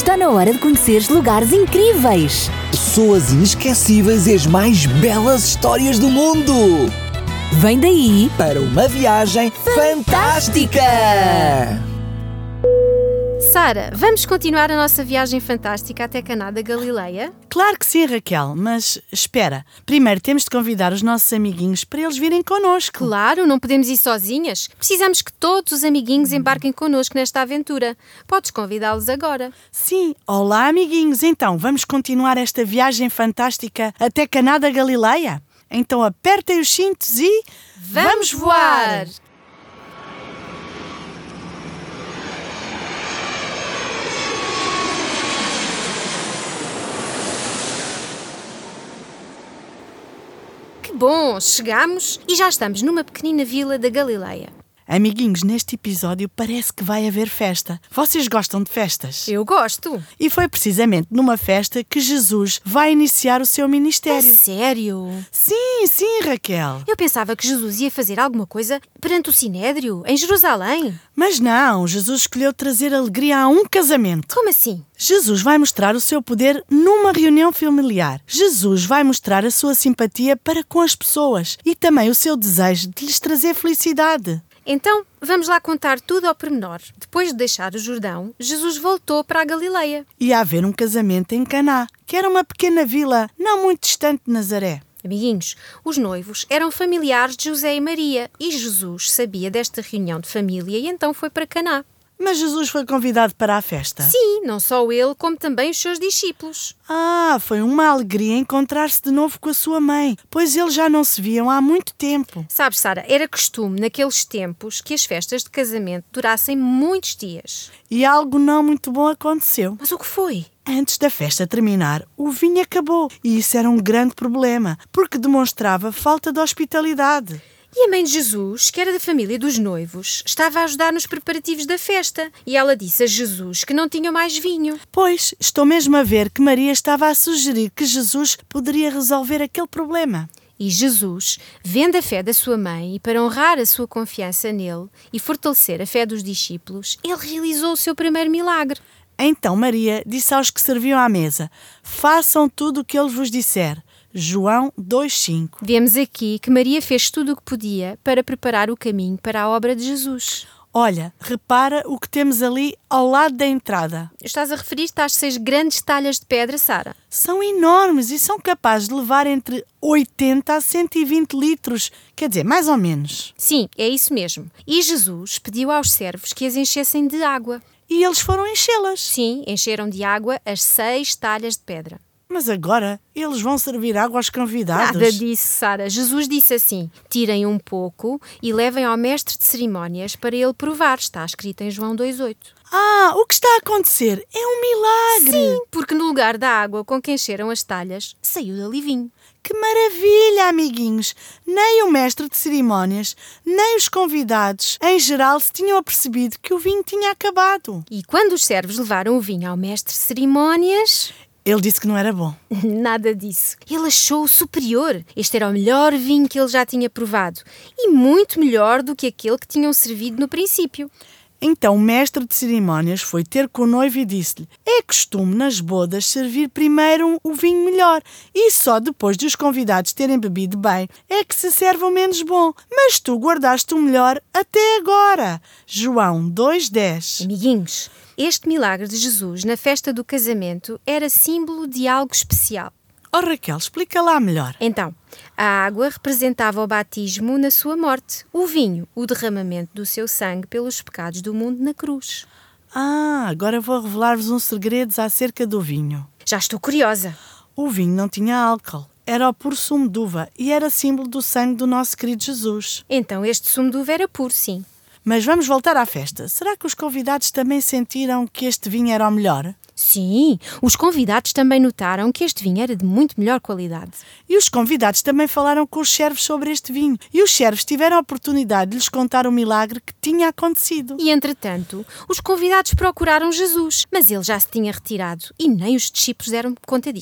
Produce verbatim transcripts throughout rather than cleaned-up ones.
Está na hora de conheceres lugares incríveis, pessoas inesquecíveis e as mais belas histórias do mundo. Vem daí Para uma viagem fantástica! Sara, vamos continuar a nossa viagem fantástica até Caná da Galileia? Claro que sim, Raquel, mas espera. Primeiro temos de convidar os nossos amiguinhos para eles virem connosco. Claro, não podemos ir sozinhas. Precisamos que todos os amiguinhos embarquem connosco nesta aventura. Podes convidá-los agora. Sim, olá amiguinhos. Então, vamos continuar esta viagem fantástica até Caná da Galileia? Então apertem os cintos e... Vamos voar! Bom, chegamos e já estamos numa pequenina vila da Galileia. Amiguinhos, neste episódio parece que vai haver festa. Vocês gostam de festas? Eu gosto. E foi precisamente numa festa que Jesus vai iniciar o seu ministério. A sério? Sim, sim, Raquel. Eu pensava que Jesus ia fazer alguma coisa perante o Sinédrio, em Jerusalém. Mas não, Jesus escolheu trazer alegria a um casamento. Como assim? Jesus vai mostrar o seu poder numa reunião familiar. Jesus vai mostrar a sua simpatia para com as pessoas e também o seu desejo de lhes trazer felicidade. Então, vamos lá contar tudo ao pormenor. Depois de deixar o Jordão, Jesus voltou para a Galileia. Ia haver um casamento em Caná, que era uma pequena vila não muito distante de Nazaré. Amiguinhos, os noivos eram familiares de José e Maria e Jesus sabia desta reunião de família e então foi para Caná. Mas Jesus foi convidado para a festa? Sim, não só ele, como também os seus discípulos. Ah, foi uma alegria encontrar-se de novo com a sua mãe, pois eles já não se viam há muito tempo. Sabes, Sara, era costume naqueles tempos que as festas de casamento durassem muitos dias. E algo não muito bom aconteceu. Mas o que foi? Antes da festa terminar, o vinho acabou. E isso era um grande problema, porque demonstrava falta de hospitalidade. E a mãe de Jesus, que era da família dos noivos, estava a ajudar nos preparativos da festa. E ela disse a Jesus que não tinha mais vinho. Pois, estou mesmo a ver que Maria estava a sugerir que Jesus poderia resolver aquele problema. E Jesus, vendo a fé da sua mãe e para honrar a sua confiança nele e fortalecer a fé dos discípulos, ele realizou o seu primeiro milagre. Então Maria disse aos que serviam à mesa: façam tudo o que ele vos disser. João dois, cinco. Vemos aqui que Maria fez tudo o que podia para preparar o caminho para a obra de Jesus. Olha, repara o que temos ali ao lado da entrada. Estás a referir-te às seis grandes talhas de pedra, Sara? São enormes e são capazes de levar entre oitenta a cento e vinte litros. Quer dizer, mais ou menos. Sim, é isso mesmo. E Jesus pediu aos servos que as enchessem de água. E eles foram enchê-las. Sim, encheram de água as seis talhas de pedra. Mas agora eles vão servir água aos convidados? Nada disso, Sara. Jesus disse assim: tirem um pouco e levem ao mestre de cerimónias para ele provar. Está escrito em João dois, oito. Ah, o que está a acontecer é um milagre! Sim, porque no lugar da água com que encheram as talhas, saiu dali vinho. Que maravilha, amiguinhos! Nem o mestre de cerimónias, nem os convidados, em geral, se tinham apercebido que o vinho tinha acabado. E quando os servos levaram o vinho ao mestre de cerimónias... Ele disse que não era bom. Nada disso. Ele achou-o superior. Este era o melhor vinho que ele já tinha provado. E muito melhor do que aquele que tinham servido no princípio. Então o mestre de cerimónias foi ter com o noivo e disse-lhe: é costume nas bodas servir primeiro o vinho melhor e só depois de os convidados terem bebido bem é que se serve o menos bom. Mas tu guardaste o melhor até agora. João dois, dez. Amiguinhos, este milagre de Jesus na festa do casamento era símbolo de algo especial. Oh Raquel, explica lá melhor. Então, a água representava o batismo na sua morte. O vinho, o derramamento do seu sangue pelos pecados do mundo na cruz. Ah, agora vou revelar-vos uns segredos acerca do vinho. Já estou curiosa. O vinho não tinha álcool. Era o puro sumo de uva e era símbolo do sangue do nosso querido Jesus. Então este sumo de uva era puro, sim. Mas vamos voltar à festa. Será que os convidados também sentiram que este vinho era o melhor? Sim, os convidados também notaram que este vinho era de muito melhor qualidade. E os convidados também falaram com os servos sobre este vinho. E os servos tiveram a oportunidade de lhes contar o milagre que tinha acontecido. E, entretanto, os convidados procuraram Jesus, mas ele já se tinha retirado e nem os discípulos deram conta disso.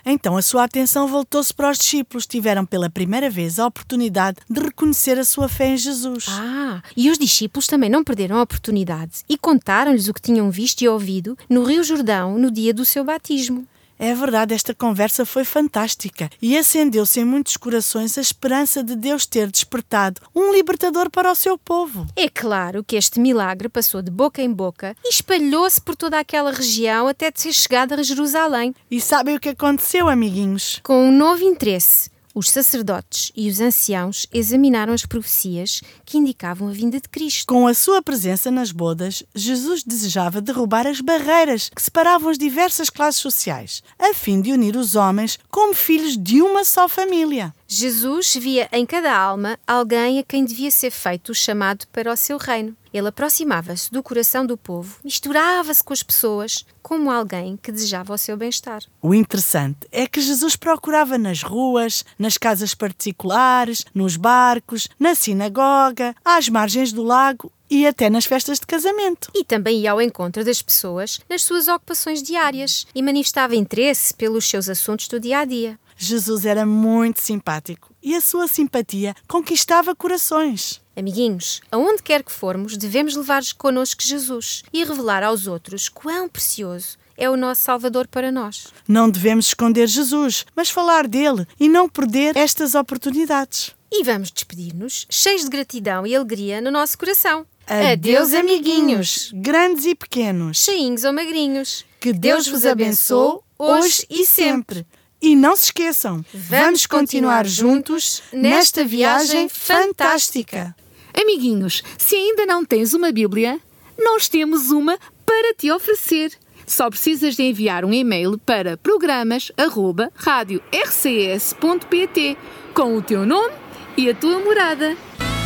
Então a sua atenção voltou-se para os discípulos. Tiveram pela primeira vez a oportunidade de reconhecer a sua fé em Jesus. Ah, e os discípulos também não perderam a oportunidade e contaram-lhes o que tinham visto e ouvido no Rio Jordão no dia do seu batismo. É verdade, esta conversa foi fantástica e acendeu-se em muitos corações a esperança de Deus ter despertado um libertador para o seu povo. É claro que este milagre passou de boca em boca e espalhou-se por toda aquela região até de ser chegado a Jerusalém. E sabem o que aconteceu, amiguinhos? Com um novo interesse, os sacerdotes e os anciãos examinaram as profecias que indicavam a vinda de Cristo. Com a sua presença nas bodas, Jesus desejava derrubar as barreiras que separavam as diversas classes sociais, a fim de unir os homens como filhos de uma só família. Jesus via em cada alma alguém a quem devia ser feito o chamado para o seu reino. Ele aproximava-se do coração do povo, misturava-se com as pessoas como alguém que desejava o seu bem-estar. O interessante é que Jesus procurava nas ruas, nas casas particulares, nos barcos, na sinagoga, às margens do lago e até nas festas de casamento. E também ia ao encontro das pessoas nas suas ocupações diárias e manifestava interesse pelos seus assuntos do dia-a-dia. Jesus era muito simpático e a sua simpatia conquistava corações. Amiguinhos, aonde quer que formos, devemos levar connosco Jesus e revelar aos outros quão precioso é o nosso Salvador para nós. Não devemos esconder Jesus, mas falar dele e não perder estas oportunidades. E vamos despedir-nos cheios de gratidão e alegria no nosso coração. Adeus, amiguinhos, grandes e pequenos. Cheinhos ou magrinhos. Que Deus vos abençoe hoje e sempre. E não se esqueçam, vamos continuar juntos nesta viagem fantástica. Amiguinhos, se ainda não tens uma Bíblia, nós temos uma para te oferecer. Só precisas de enviar um e-mail para programas arroba rádio r c s ponto p t com o teu nome e a tua morada.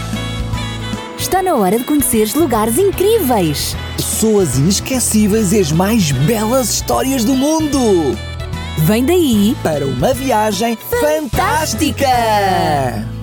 Está na hora de conheceres lugares incríveis. Pessoas inesquecíveis e as mais belas histórias do mundo. Vem daí Para uma viagem fantástica!